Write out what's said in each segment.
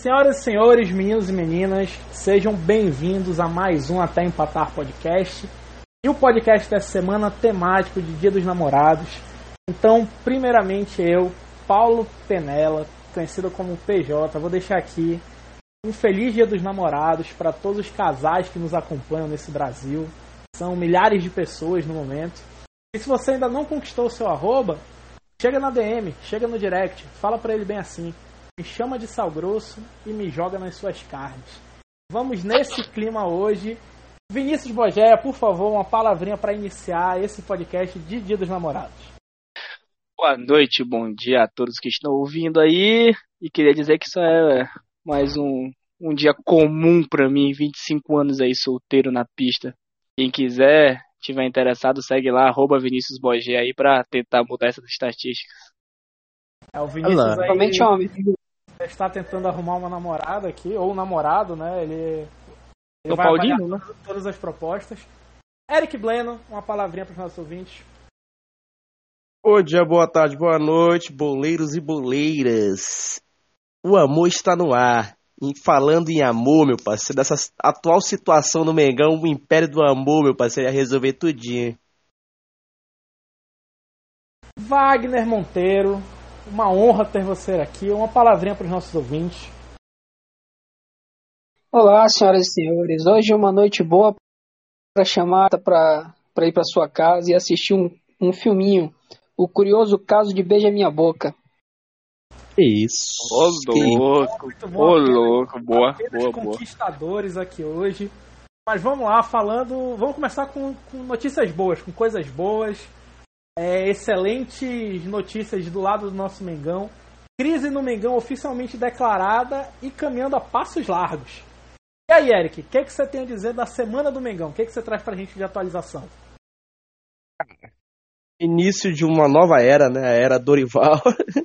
Senhoras e senhores, meninos e meninas, sejam bem-vindos a mais um Até Empatar Podcast. E o podcast dessa semana temático de Dia dos Namorados. Então, primeiramente eu, Paulo Penella, conhecido como PJ, vou deixar aqui um feliz Dia dos Namorados para todos os casais que nos acompanham nesse Brasil. São milhares de pessoas no momento. E se você ainda não conquistou o seu arroba, chega na DM, chega no direct, fala para ele bem assim: me chama de sal grosso e me joga nas suas carnes. Vamos nesse clima hoje. Vinícius Bogéia, por favor, uma palavrinha para iniciar esse podcast de Dia dos Namorados. Boa noite, bom dia a todos que estão ouvindo aí. E queria dizer que isso é mais um dia comum para mim, 25 anos aí solteiro na pista. Quem quiser, tiver interessado, segue lá, @Vinícius Bogéia aí para tentar mudar essas estatísticas. O Vinícius aí Realmente homem. está tentando arrumar uma namorada aqui, ou um namorado, né? Ele vai Paulino, avaliar todas as propostas. Eric Bleno, uma palavrinha para os nossos ouvintes. Bom dia, boa tarde, boa noite, boleiros e boleiras. O amor está no ar. E falando em amor, meu parceiro, dessa atual situação no Mengão, o império do amor, meu parceiro, ia resolver tudinho. Wagner Monteiro, uma honra ter você aqui. Uma palavrinha para os nossos ouvintes. Olá, senhoras e senhores. Hoje é uma noite boa para chamar para ir para sua casa e assistir um filminho. O Curioso Caso de Beija Minha Boca. Isso. Muito bom. Ô louco, boa. Conquistadores aqui hoje. Mas vamos lá, vamos começar com notícias boas, com coisas boas. Excelentes notícias do lado do nosso Mengão. Crise no Mengão oficialmente declarada e caminhando a passos largos. E aí, Eric, o que você tem a dizer da semana do Mengão? O que você traz pra gente de atualização? Início de uma nova era, né? A era Dorival.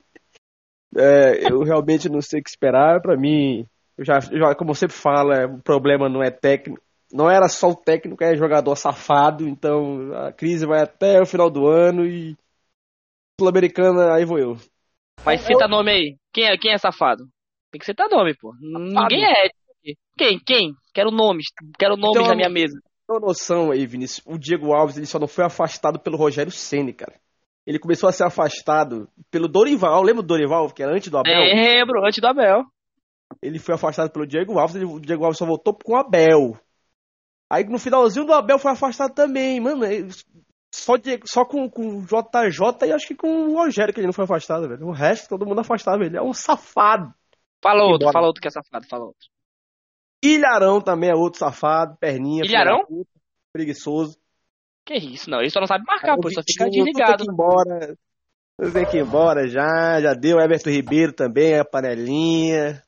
Eu realmente não sei o que esperar. Pra mim, eu já como eu sempre falo, o problema não é técnico. Não era só o técnico, é jogador safado. Então a crise vai até o final do ano e Sul-Americana, aí vou eu. Mas cita nome aí. Quem é safado? Tem que citar nome, pô. Ninguém é ético aqui. Quem? Quero nomes Então, na minha mesa. Tem uma noção aí, Vinícius. O Diego Alves, ele só não foi afastado pelo Rogério Ceni, cara. Ele começou a ser afastado pelo Dorival. Lembra do Dorival, que era antes do Abel? Lembro, antes do Abel. Ele foi afastado pelo Diego Alves. O Diego Alves só voltou com o Abel. Aí no finalzinho do Abel foi afastado também. Mano, só com o JJ e acho que com o Rogério que ele não foi afastado, velho. O resto, todo mundo afastado. Ele é um safado. Fala outro que é safado, fala outro. Ilharão também é outro safado. Perninha. Ilharão? Puta, preguiçoso. Que isso, não. Ele só não sabe marcar, pô. Ele só fica Vitinho, desligado. Tem que ir embora já deu. Everton Ribeiro também, a panelinha.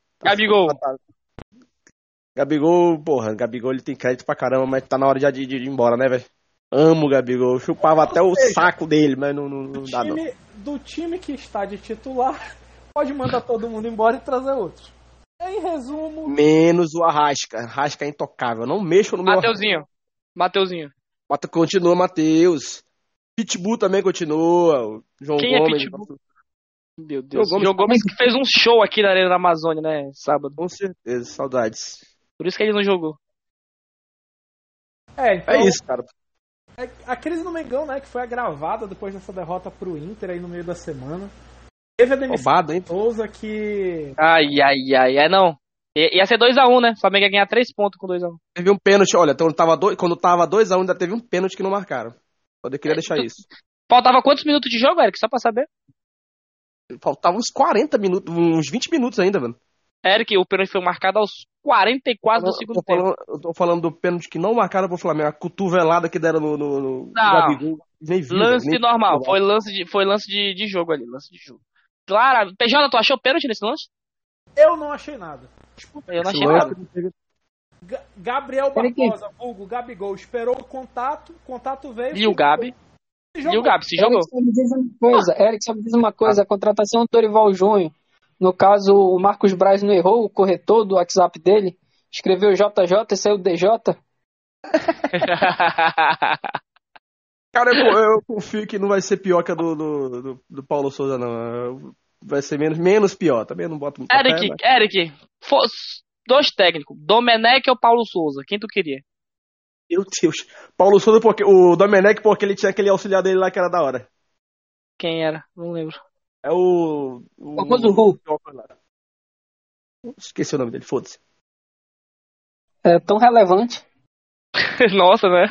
Gabigol, ele tem crédito pra caramba, mas tá na hora de ir embora, né, velho? Amo o Gabigol, chupava até o saco dele, mas não dá não. Do time que está de titular, pode mandar todo mundo embora e trazer outros. Em resumo... Menos o Arrasca. Arrasca é intocável, não mexo no meu... Mateuzinho. Continua, Matheus. Pitbull também continua. João Quem Gomes. É Pitbull? Meu Deus. João Gomes que fez um show aqui na Arena da Amazônia, né? Sábado. Com certeza, saudades. Por isso que ele não jogou. Então, é isso, cara. A crise no Mengão, né, que foi agravada depois dessa derrota pro Inter aí no meio da semana. Teve a demissão do Souza que... Ai, não. Ia ser 2x1, né? O Flamengo ia ganhar 3 pontos com 2x1. Teve um pênalti, olha, quando tava 2x1 ainda teve um pênalti que não marcaram. Eu queria deixar isso. Faltava quantos minutos de jogo, Eric? Só pra saber. Faltava uns 40 minutos, uns 20 minutos ainda, mano. Eric, o pênalti foi marcado aos 44 do segundo tempo. Eu tô falando do pênalti que não marcaram pro Flamengo. A cotovelada que deram no Gabigol. Lance normal. Foi lance de jogo ali. Lance de jogo. Claro. PJ, tu achou pênalti nesse lance? Eu não achei nada. Eu não achei nada. Gabriel Barbosa, vulgo Gabigol, esperou o contato veio... E o Gabi se jogou. Eric, só me diz uma coisa. A contratação do Dorival Júnior, no caso, o Marcos Braz não errou o corretor do WhatsApp dele? Escreveu JJ e saiu DJ? Cara, eu confio que não vai ser pior que a do Paulo Souza, não. vai ser menos pior. Também não boto muito Eric, dois técnicos, Domenech ou Paulo Souza? Quem tu queria? Meu Deus. Paulo Souza, o Domenech, porque ele tinha aquele auxiliar dele lá que era da hora. Quem era? Não lembro. É o esqueci o nome dele, foda-se. É tão relevante. Nossa, né?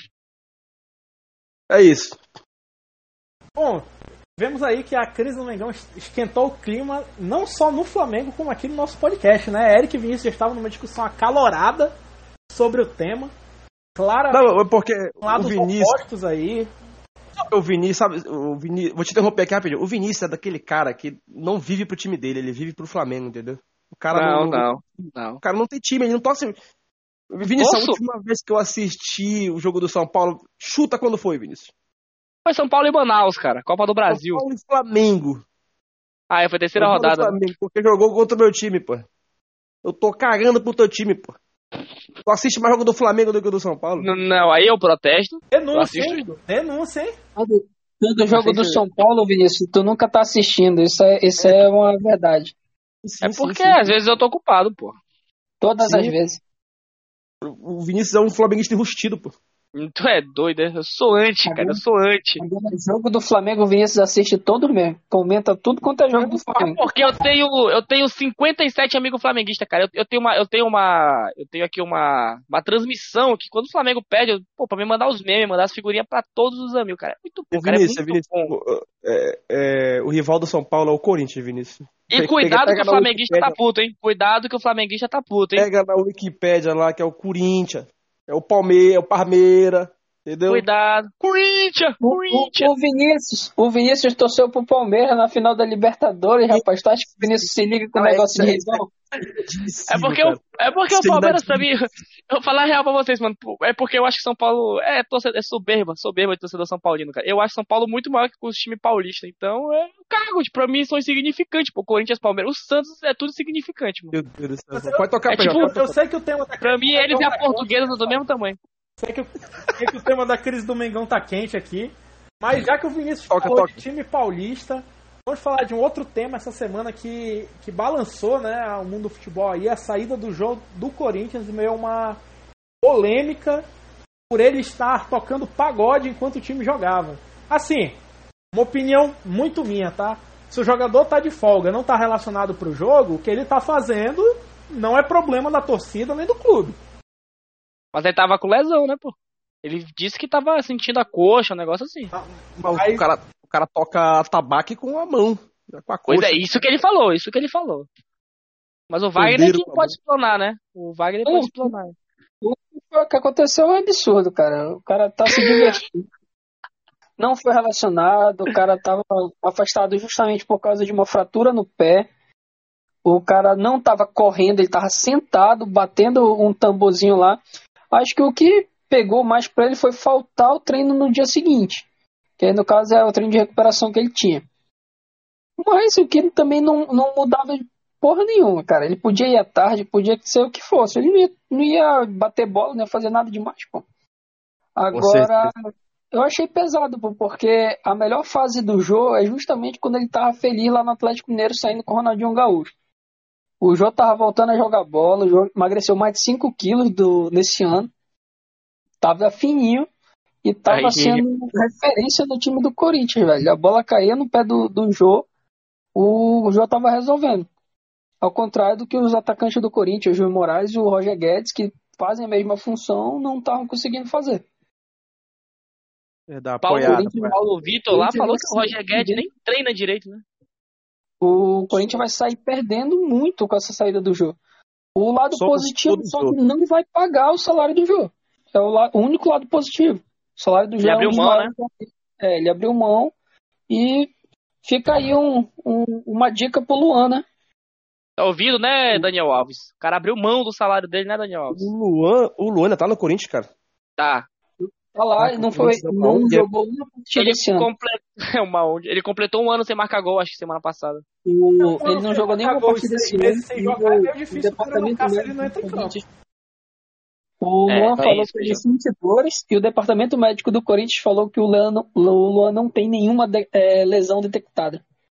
É isso. Bom, vemos aí que a crise do Mengão esquentou o clima, não só no Flamengo, como aqui no nosso podcast, né? Eric e Vinícius já estavam numa discussão acalorada sobre o tema. Claramente, não, porque lados o Vinícius opostos aí. O Vinícius, sabe, vou te interromper aqui rapidinho. O Vinícius é daquele cara que não vive pro time dele, ele vive pro Flamengo, entendeu? O cara não. O cara não tem time, ele não torce. Vinícius, a última vez que eu assisti o jogo do São Paulo, chuta quando foi, Vinícius? Foi São Paulo e Manaus, cara. Copa do Brasil. São Paulo e Flamengo. Foi a terceira rodada. Flamengo, porque jogou contra o meu time, pô. Eu tô cagando pro teu time, pô. Tu assiste mais jogo do Flamengo do que do São Paulo? Não, aí eu protesto. Denúncia, hein? Todo jogo do São Paulo, Vinícius, tu nunca tá assistindo. Isso é uma verdade. Sim, porque às vezes eu tô ocupado, pô. Todas as vezes. O Vinícius é um flamenguista enrustido, pô. Tu é doido, né? Eu sou anti, cara. Eu sou anti. O jogo do Flamengo, o Vinícius assiste todo mesmo. Comenta tudo quanto é jogo do Flamengo. Porque eu tenho 57 amigos flamenguistas, cara. Eu tenho aqui uma transmissão que quando o Flamengo pede, pra me mandar os memes, mandar as figurinhas pra todos os amigos, cara. É muito bom, cara. Vinícius, o rival do São Paulo é o Corinthians, Vinícius. E cuidado que o flamenguista tá puto, hein? Cuidado que o flamenguista tá puto, hein? Pega na Wikipédia lá que é o Corinthians. É o Palmeiras, é o Parmeira, entendeu? Cuidado. Corinthians! O Vinícius torceu pro Palmeiras na final da Libertadores, rapaz. Tu acha que o Vinícius se liga com o negócio de rival? É porque o Palmeiras também. Eu vou falar a real pra vocês, mano. É porque eu acho que São Paulo é soberba de torcedor São Paulino, cara. Eu acho São Paulo muito maior que os times paulistas. Então, cago, pra mim são insignificantes. Pô, Corinthians, Palmeiras, o Santos é tudo insignificante, mano. Meu Deus do céu. Pode tocar eu sei que o tema da pra mim, eles e a portuguesa são do mesmo tamanho. Sei que o tema da crise do Mengão tá quente aqui. Mas já que o Vinícius falou de time paulista, vamos falar de um outro tema essa semana que balançou, né, o mundo do futebol aí, a saída do jogo do Corinthians, meio uma polêmica por ele estar tocando pagode enquanto o time jogava. Assim, uma opinião muito minha, tá? Se o jogador tá de folga, não tá relacionado pro jogo, o que ele tá fazendo não é problema da torcida nem do clube. Mas ele tava com lesão, né, pô? Ele disse que tava sentindo a coxa, um negócio assim. Mas o cara toca tabaco com a mão. Com a coxa. Pois é, isso que ele falou. Mas o Wagner que pode explanar, né? O Wagner pode explanar. O que aconteceu é um absurdo, cara. O cara tá se divertindo. Não foi relacionado, o cara tava afastado justamente por causa de uma fratura no pé. O cara não tava correndo, ele tava sentado, batendo um tamborzinho lá. Acho que o que pegou mais pra ele foi faltar o treino no dia seguinte. Que aí, no caso, é o treino de recuperação que ele tinha. Mas o que também não mudava de porra nenhuma, cara. Ele podia ir à tarde, podia ser o que fosse. Ele não ia bater bola, não ia fazer nada demais, pô. Agora, eu achei pesado, pô, porque a melhor fase do jogo é justamente quando ele tava feliz lá no Atlético Mineiro, saindo com o Ronaldinho Gaúcho. O Jô tava voltando a jogar bola, o Jô emagreceu mais de 5 quilos nesse ano. Tava fininho e tava sendo referência no time do Corinthians, velho. A bola caía no pé do Jô, o Jô tava resolvendo. Ao contrário do que os atacantes do Corinthians, o Júlio Moraes e o Roger Guedes, que fazem a mesma função, não estavam conseguindo fazer. Paulo Vitor lá falou que o Roger Guedes nem treina direito, né? O Corinthians vai sair perdendo muito com essa saída do Jô. O lado positivo só que não vai pagar o salário do Jô. É o único lado positivo. O salário do Jô ele abriu mão, né? Ele abriu mão. E fica aí uma dica pro Luan, né? Tá ouvindo, né, Daniel Alves? O cara abriu mão do salário dele, né, Daniel Alves? O Luan ainda tá no Corinthians, cara. Tá. Tá lá, não jogou uma partida esse ano. Ele completou um ano sem marcar gol, acho que semana passada. Ele não jogou nenhuma partida esse ano. Sem jogar é meio difícil, o departamento ele não entra em campo. O Luan falou que ele sentiu dores e o departamento médico do Corinthians falou que o Luan não tem nenhuma lesão detectada.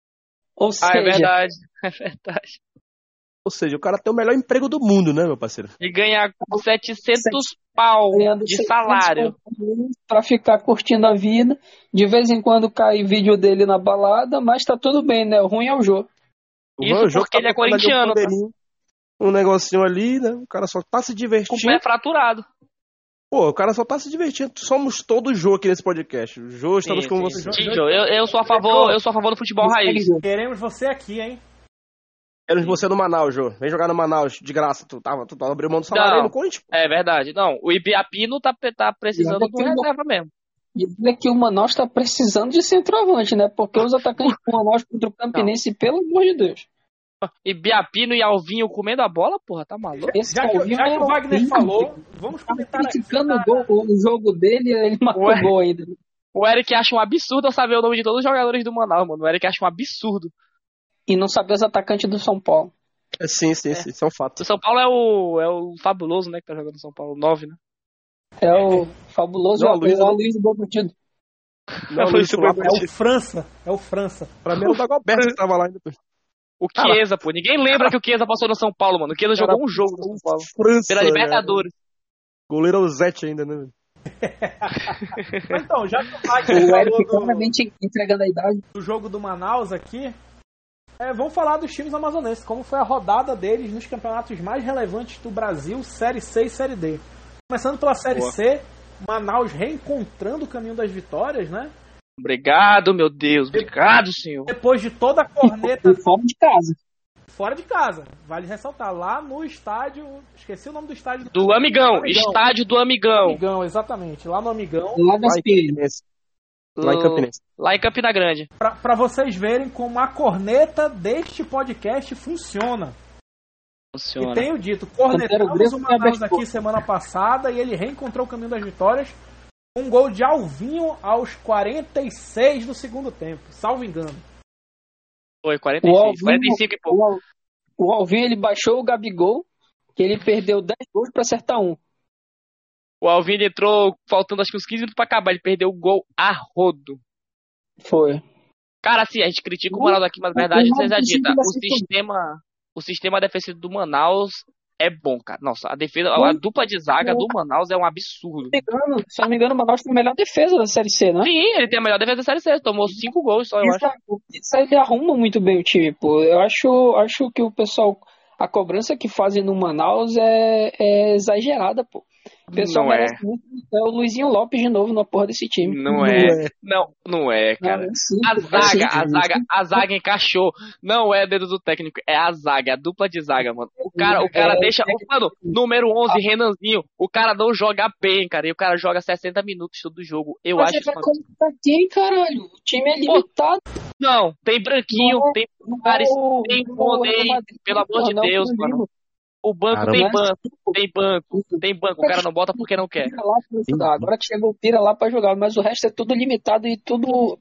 Ou Ah, seja, é verdade. É verdade. Ou seja, o cara tem o melhor emprego do mundo, né, meu parceiro? E ganha 700 pau ganhando de salário. pra ficar curtindo a vida. De vez em quando cai vídeo dele na balada, mas tá tudo bem, né? O ruim é o jogo. Isso jogo porque ele é botando ali corintiano, tá? um negocinho ali, né? O cara só tá se Com o divertindo. pé fraturado. Pô, o cara só tá se divertindo. Somos todos Jô aqui nesse podcast. Jô, estamos com vocês. Sim, Jô, eu sou a favor do futebol raiz. Queremos você aqui, hein? Queremos você no Manaus, Jô. Vem jogar no Manaus, de graça. Tu abriu mão do salário aí no Corinthians. É verdade. Não, o Ibiapino tá precisando de uma reserva mesmo. E olha que o Manaus tá precisando de centroavante, né? Porque os atacantes do Manaus contra o Campinense, pelo amor de Deus. Ibiapino e Alvinho comendo a bola, porra, tá maluco? Esse Já que o Wagner falou, vamos comentar aqui. criticando o jogo dele, ele matou o gol ainda. O Eric acha um absurdo eu saber o nome de todos os jogadores do Manaus, mano. O Eric acha um absurdo. E não saber os atacantes do São Paulo. Sim, isso é um fato. O São Paulo é o Fabuloso, né, que tá jogando no São Paulo, 9, né? É o fabuloso Luiz Bogotido. Não, É o França. É o França. Pra mim era o Dagoberto que tava lá ainda. O Chiesa, pô. Ninguém lembra que o Chiesa passou no São Paulo, mano. O Chiesa jogou um jogo no São Paulo. França, Pela Libertadores. Goleiro é o Zete ainda, né? Mas então, já que o Wagner O Eric falou claramente entregando a idade. do jogo do Manaus aqui, vamos falar dos times amazonenses. Como foi a rodada deles nos campeonatos mais relevantes do Brasil, Série C e Série D. Começando pela Série C, Manaus reencontrando o caminho das vitórias, né? Obrigado, meu Deus. Obrigado, senhor. Depois de toda a corneta Fora de casa. fora de casa. Vale ressaltar, lá no estádio, esqueci o nome do estádio. Do Amigão. Estádio do Amigão. Amigão, exatamente. Lá no Amigão. Lá das Pinas. Lá em Campinense. Lá em Campina Grande. Pra vocês verem como a corneta deste podcast funciona. Funciona. E tenho dito, cornetamos o Manaus aqui semana passada e ele reencontrou o caminho das vitórias. Um gol de Alvinho aos 46 do segundo tempo, salvo engano. Foi 46, 45 e pouco. O Alvinho, ele baixou o Gabigol, que ele perdeu 10 gols pra acertar um. O Alvinho entrou faltando acho que uns 15 minutos pra acabar. Ele perdeu o gol a rodo. Foi. Cara, assim, a gente critica o Manaus aqui, mas na verdade seja dita. O sistema defensivo do Manaus é bom, cara. Nossa, a defesa, a dupla de zaga do Manaus é um absurdo. Se não me engano, o Manaus tem a melhor defesa da Série C, né? Sim, ele tem a melhor defesa da Série C. Tomou 5 gols só, eu acho. Isso aí ele arruma muito bem o time, pô. Eu acho que o pessoal, a cobrança que fazem no Manaus é exagerada, pô. O pessoal Não merece muito. É o Luizinho Lopes de novo na porra desse time. Não é. Não é, cara. A zaga encaixou. Não é dedo do técnico, é a zaga, a dupla de zaga, mano. O cara deixa. Mano, número 11, Renanzinho. O cara não joga bem, cara. E o cara joga 60 minutos todo jogo. Eu Mas acho ele vai isso. colocar quem, caralho? O time é limitado. Não, tem Branquinho, tem Paris, tem Ronei, pelo amor de Deus, mano. O banco tem banco. O cara não bota porque não quer. Agora que chegou o Pira lá pra jogar, mas o resto é tudo limitado e tudo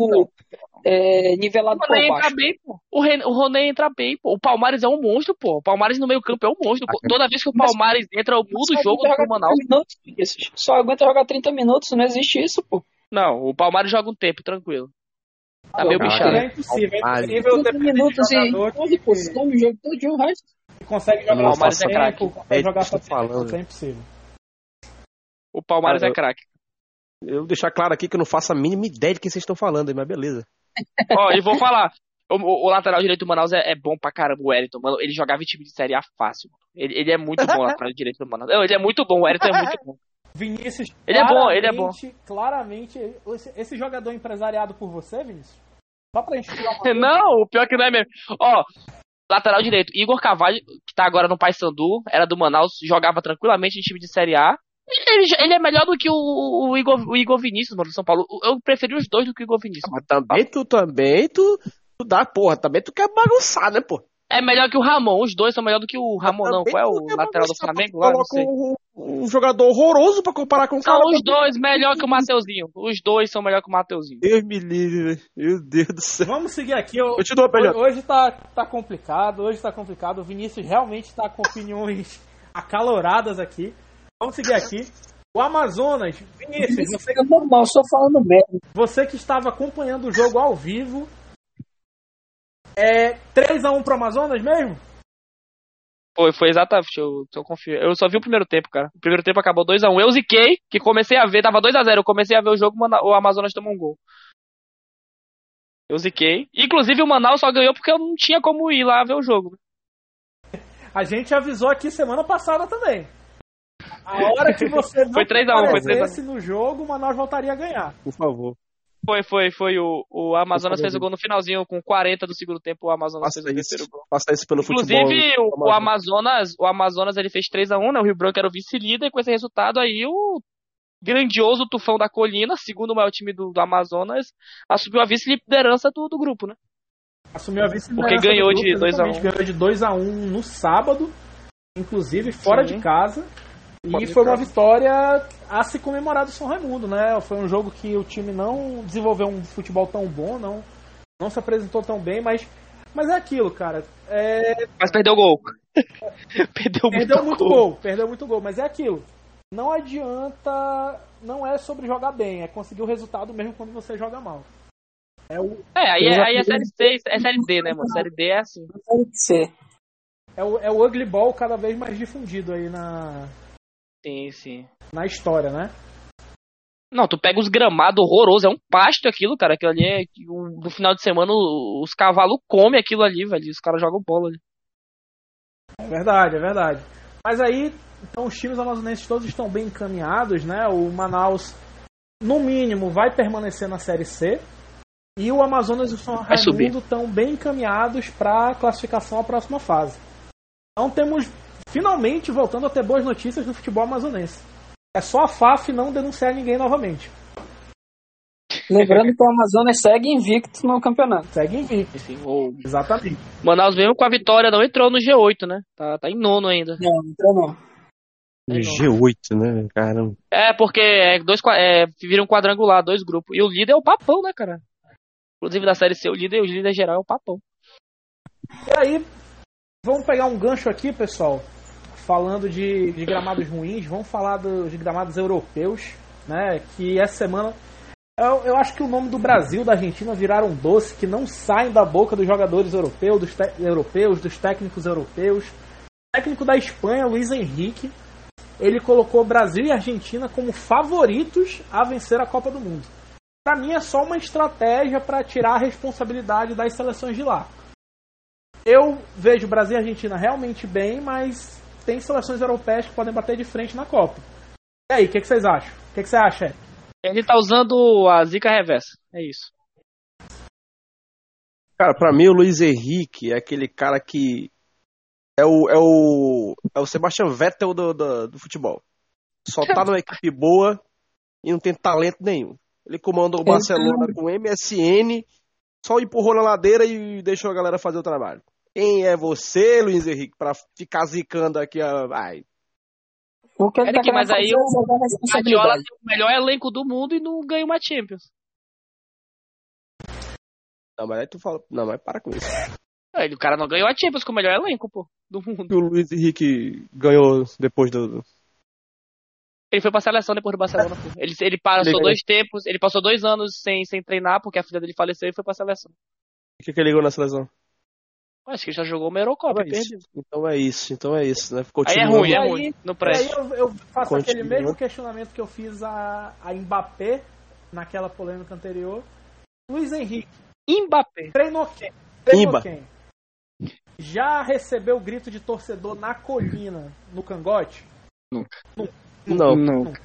nivelado por baixo. Entra bem, pô. O Ronei entra bem, pô. O Palmares é um monstro, pô. O Palmares no meio campo é um monstro, pô. Toda vez que o Palmares entra, eu mudo o jogo do Manaus. Só aguenta jogar 30 minutos, não existe isso, pô. Não, o Palmares joga um tempo, tranquilo. Tá meio bichado. É impossível 30 minutos e 11 posições, o jogo todo de um resto. Consegue jogar o Palmares é craque. Jogar só falando. É impossível. O Palmares é craque. Eu vou deixar claro aqui que eu não faço a mínima ideia de quem vocês estão falando, mas beleza. Ó, e vou falar. O lateral direito do Manaus é bom pra caramba, o Wellington, mano. Ele jogava em time de Série A fácil. Ele é muito bom, o lateral direito do Manaus. Ele é muito bom, o Wellington é muito bom. Vinícius, ele é bom. Claramente, esse jogador empresariado por você, Vinícius? Só pra gente Não, o pior que não é mesmo. Ó, lateral direito, Igor Carvalho, que tá agora no Paysandu, era do Manaus, jogava tranquilamente em time de Série A. Ele é melhor do que o Igor Vinícius, mano, do São Paulo. Eu preferi os dois do que o Igor Vinícius. Mas também tu dá, porra, também tu quer bagunçar, né, pô? É melhor que o Ramon, os dois são melhor do que o Ramon, não. Qual é o lateral do Flamengo lá? Não sei. Um jogador horroroso pra comparar com o cara. São os dois melhor que o Mateuzinho. Os dois são melhor que o Mateuzinho. Deus me livre, meu Deus do céu. Vamos seguir aqui. Hoje tá complicado. O Vinícius realmente tá com opiniões acaloradas aqui. Vamos seguir aqui. O Amazonas, Vinícius, você é normal, só falando merda. Você que estava acompanhando o jogo ao vivo, É 3-1 pro Amazonas mesmo? Foi exatamente, eu confio. Eu só vi o primeiro tempo, cara. O primeiro tempo acabou 2-1. Eu ziquei, que comecei a ver, tava 2-0. Eu comecei a ver o jogo, o Amazonas tomou um gol. Eu ziquei. Inclusive o Manaus só ganhou porque eu não tinha como ir lá ver o jogo. A gente avisou aqui semana passada também. A hora que você não Foi 3-1, aparecesse no jogo, o Manaus voltaria a ganhar. Por favor. Foi. O Amazonas fez o gol no finalzinho, com 40 do segundo tempo, o Amazonas fez o terceiro gol. Faça isso pelo Inclusive, futebol. o Amazonas ele fez 3-1, né? O Rio Branco era o vice-líder, e com esse resultado aí, o grandioso Tufão da Colina, segundo maior time do Amazonas, assumiu a vice-liderança do grupo, né? Assumiu a vice-liderança. Porque ganhou do grupo, de 2-1. Ganhou de 2-1 no sábado, inclusive fora de casa. E foi uma vitória a se comemorar do São Raimundo, né? Foi um jogo que o time não desenvolveu um futebol tão bom, não se apresentou tão bem, mas é aquilo, cara. Mas perdeu o gol. Perdeu muito gol, mas é aquilo. Não adianta, não é sobre jogar bem, é conseguir o resultado mesmo quando você joga mal. Aí é Série C, é Série D, né, mano? Série D é assim. Série C. É o ugly ball cada vez mais difundido aí Sim. na história, né? Não, tu pega os gramados horrorosos, é um pasto aquilo, cara. Aquilo ali é. No final de semana os cavalos comem aquilo ali, velho. Os caras jogam bola ali. É verdade. Mas aí, então os times amazonenses todos estão bem encaminhados, né? O Manaus, no mínimo, vai permanecer na Série C. E o Amazonas e o São Raimundo estão bem encaminhados para a classificação à próxima fase. Então temos, finalmente, voltando a ter boas notícias no futebol amazonense. É só a FAF não denunciar ninguém novamente. Lembrando que o Amazonas segue invicto no campeonato. Segue invicto. Exatamente. Manaus mesmo com a vitória não entrou no G8, né? Tá em nono ainda. Não entrou não. No G8, né? Caramba. Porque viram um quadrangular, 2 grupos. E o líder é o Papão, né, cara? Inclusive da Série C, o líder geral é o Papão. E aí, vamos pegar um gancho aqui, pessoal. Falando de gramados ruins, vamos falar de gramados europeus, né? Que essa semana eu acho que o nome do Brasil e da Argentina viraram um doce que não saem da boca dos jogadores europeus, dos técnicos europeus. O técnico da Espanha, Luiz Henrique, ele colocou Brasil e Argentina como favoritos a vencer a Copa do Mundo. Para mim é só uma estratégia para tirar a responsabilidade das seleções de lá. Eu vejo Brasil e Argentina realmente bem, mas tem seleções europeias que podem bater de frente na Copa. E aí, o que vocês acham? O que você acha, Ed? Ele tá usando a zica reversa. É isso. Cara, pra mim o Luiz Henrique é aquele cara que é o Sebastian Vettel do futebol. Só tá numa equipe boa e não tem talento nenhum. Ele comandou o Barcelona com MSN, só empurrou na ladeira e deixou a galera fazer o trabalho. Quem é você, Luiz Henrique, pra ficar zicando aqui Vai. O que ele tá mas aí o Guardiola responsabilidade. tem o melhor elenco do mundo e não ganha uma Champions. Não, mas aí tu fala. Não, mas para com isso. O cara não ganhou a Champions com o melhor elenco, pô, do mundo. O Luiz Henrique ganhou depois do. Ele foi pra seleção depois do Barcelona, pô. Ele passou 2 tempos, ele passou 2 anos sem treinar, porque a filha dele faleceu e foi pra seleção. O que ele ganhou na seleção? Acho que ele já jogou uma Eurocopa, perdeu. Então é isso, né? Aí é ruim, no prédio. Aí eu faço aquele mesmo questionamento que eu fiz a Mbappé naquela polêmica anterior. Luiz Henrique. Mbappé. Treinou quem? Já recebeu o grito de torcedor na colina, no cangote? Nunca. Nunca.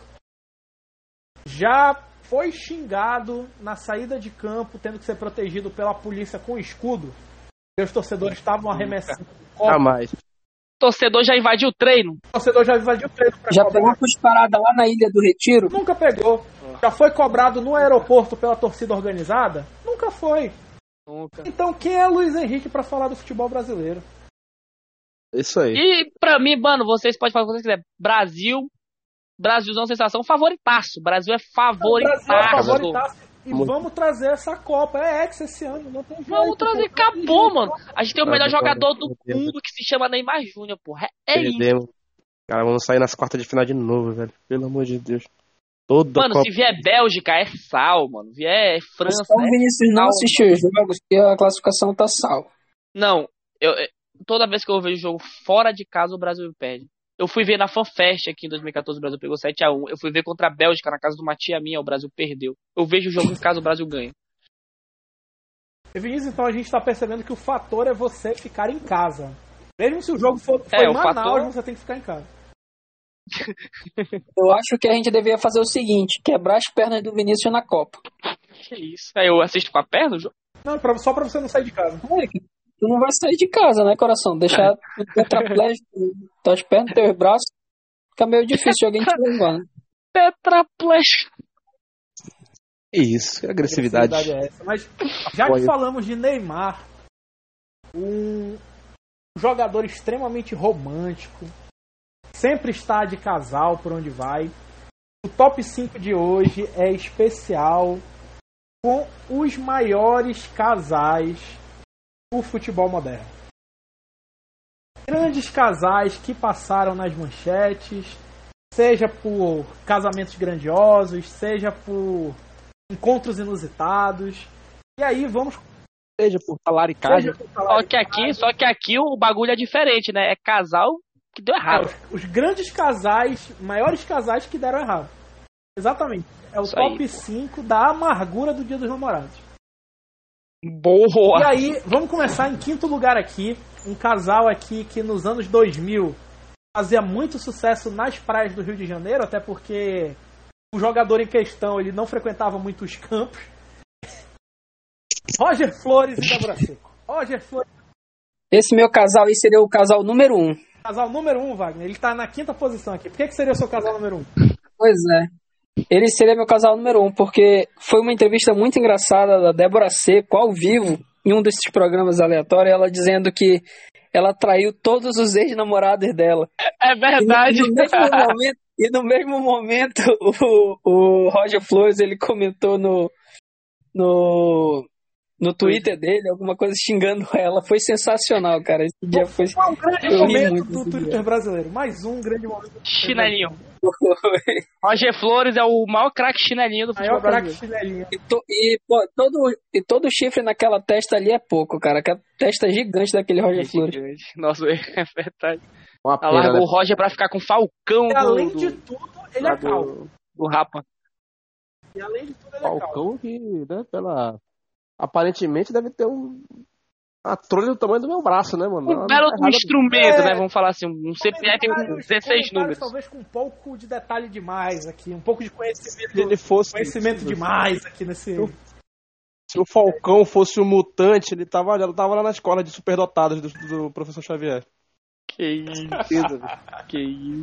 Já foi xingado na saída de campo, tendo que ser protegido pela polícia com escudo? E os torcedores estavam arremessando. Jamais. Torcedor já invadiu o treino? Torcedor já invadiu o treino. Já pegou cusparada lá na Ilha do Retiro? Nunca pegou. Já foi cobrado no aeroporto pela torcida organizada? Nunca foi. Nunca. Então quem é Luiz Henrique pra falar do futebol brasileiro? Isso aí. E pra mim, mano, vocês podem falar o que vocês quiserem. Brasilzão sensação, favoritaço. Brasil é favoritaço. E vamos trazer essa Copa. É Hexa esse ano, não tem jeito. Vamos trazer, acabou, mano. A gente tem o melhor jogador do mundo que se chama Neymar Júnior, porra. Perdemos. Isso. Cara, vamos sair nas quartas de final de novo, velho. Pelo amor de Deus. Mano, se vier Bélgica, é sal, mano. Vier França, Então, Vinícius não assistiu os jogos, porque a classificação tá sal. Não, toda vez que eu vejo jogo fora de casa, o Brasil perde. Eu fui ver na FanFest aqui em 2014, o Brasil pegou 7-1. Eu fui ver contra a Bélgica na casa de uma tia minha, o Brasil perdeu. Eu vejo o jogo em casa, o Brasil ganha. E Vinícius, então a gente tá percebendo que o fator é você ficar em casa. Mesmo se o jogo foi o Manaus, fator... você tem que ficar em casa. Eu acho que a gente deveria fazer o seguinte, quebrar as pernas do Vinícius na Copa. Que isso? Aí eu assisto com a perna o jogo? Não, só pra você não sair de casa. Tu não vai sair de casa, né, coração? Deixar o tetraplégico, tuas pernas, teus braços, fica meio difícil alguém te levar, né? Tetraplégico. Isso, que agressividade. É essa. Mas já que falamos de Neymar, um jogador extremamente romântico, sempre está de casal por onde vai. O top 5 de hoje é especial com os maiores casais do futebol moderno. Grandes casais que passaram nas manchetes, seja por casamentos grandiosos, seja por encontros inusitados. E aí vamos... Seja por talaricagem. Só que aqui o bagulho é diferente, né? É casal que deu errado. Os grandes casais, maiores casais que deram errado. Exatamente. É o Isso top aí, 5 da amargura do Dia dos Namorados. Boa! E aí, vamos começar em quinto lugar aqui. Um casal aqui que nos anos 2000 fazia muito sucesso nas praias do Rio de Janeiro, até porque o jogador em questão ele não frequentava muito os campos. Roger Flores e Débora Seco. Roger Flores. Esse meu casal aí seria o casal número 1. Casal número 1, Wagner. Ele tá na quinta posição aqui. Por que seria o seu casal número 1? Pois é. Ele seria meu casal número 1, porque foi uma entrevista muito engraçada da Débora Seco, ao vivo, em um desses programas aleatórios, ela dizendo que ela traiu todos os ex-namorados dela. É verdade. E no mesmo momento, o Roger Flores, ele comentou no Twitter dele, alguma coisa xingando ela. Foi sensacional, cara. Esse dia foi um grande momento do Twitter brasileiro. Mais um grande momento. Chinelinho. Roger Flores é o maior craque chinelinho do futebol brasileiro. E todo chifre naquela testa ali é pouco, cara. Aquela testa gigante daquele Roger Flores. Nossa, é verdade. Ela largou o Roger pra ficar com o Falcão. E além de tudo, ele é calvo. Do Rapa. E além de tudo, ele é calvo. Falcão que, né, aparentemente deve ter uma trolha do tamanho do meu braço, né, mano? Um belo instrumento, né? Vamos falar assim, um CPF com 16 números. Talvez com um pouco de detalhe demais aqui, um pouco de conhecimento. Se ele fosse conhecimento demais aqui nesse. Se o Falcão fosse um mutante, ele tava lá na escola de superdotados do professor Xavier. Que isso? Que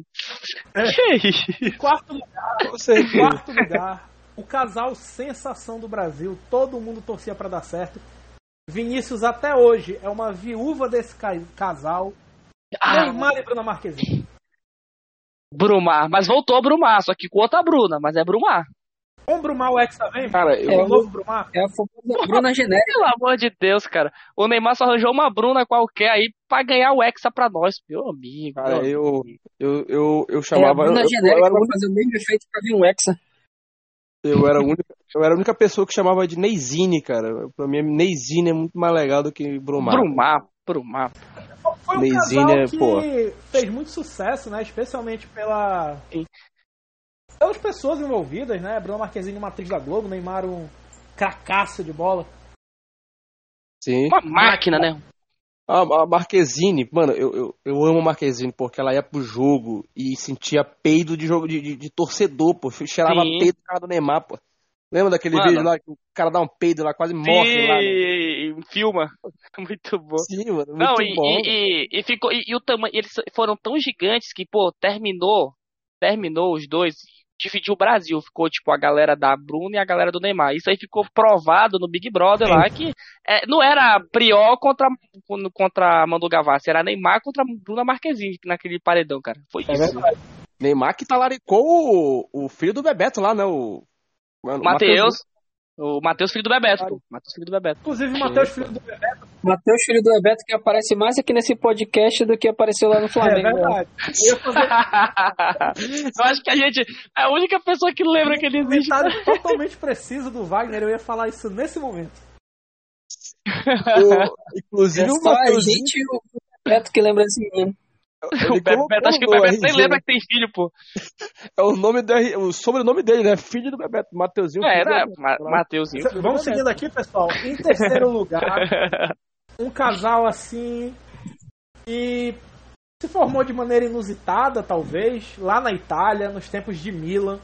isso? Quarto lugar, o casal sensação do Brasil, todo mundo torcia pra dar certo. Vinícius até hoje é uma viúva desse casal. Neymar e Bruna Marquezine. Brumar, mas voltou a Brumar, só que com outra Bruna, mas é Brumar. Vamos Brumar o Hexa vem? Cara, o novo Brumar? É a famosa Bruna genérica. Pelo amor de Deus, cara. O Neymar só arranjou uma Bruna qualquer aí pra ganhar o Hexa pra nós, meu amigo. Cara, eu chamava... a Bruna genérica pra fazer o mesmo efeito pra vir um Hexa. Eu era a única pessoa que chamava de Neizine, cara. Pra mim, Neizine é muito mais legal do que Brumar. Brumar. Foi um Neizine casal que fez muito sucesso, né? Especialmente pelas pessoas envolvidas, né? Bruna Marquezine, uma atriz da Globo, Neymar um cracaço de bola. Sim. Uma máquina, né? A Marquezine, mano, eu amo a Marquezine porque ela ia pro jogo e sentia peido de jogo de torcedor, pô. Cheirava peido do cara do Neymar, pô. Lembra daquele vídeo lá que o cara dá um peido lá, quase morre lá? Sim, filma. Muito bom. Sim, mano, muito bom. E o tamanho, eles foram tão gigantes que, pô, terminou os dois, dividiu o Brasil. Ficou, tipo, a galera da Bruna e a galera do Neymar. Isso aí ficou provado no Big Brother lá, que não era Priol contra Manu Gavassi, era Neymar contra Bruna Marquezine naquele paredão, cara. Foi isso. Verdade. Neymar que talaricou o filho do Bebeto lá, né? O Matheus, filho do Bebeto, pô. Matheus, filho do Bebeto. Inclusive, o Matheus, filho do Bebeto. Matheus, filho do Bebeto, que aparece mais aqui nesse podcast do que apareceu lá no Flamengo. É verdade. Eu acho que a gente é a única pessoa que lembra que ele existe. Totalmente preciso do Wagner, eu ia falar isso nesse momento. Inclusive o só a Mateuzinho, gente e o Beto que lembra esse menino. ele colocou Acho que o no Bebeto nem RG, lembra que tem filho, pô. é o sobrenome dele, né? Filho do Bebeto, Mateuzinho. É, filho do né? Bebeto. Mateuzinho. Vamos seguindo aqui, pessoal. Em terceiro lugar, um casal assim que se formou de maneira inusitada, talvez, lá na Itália, nos tempos de Milan.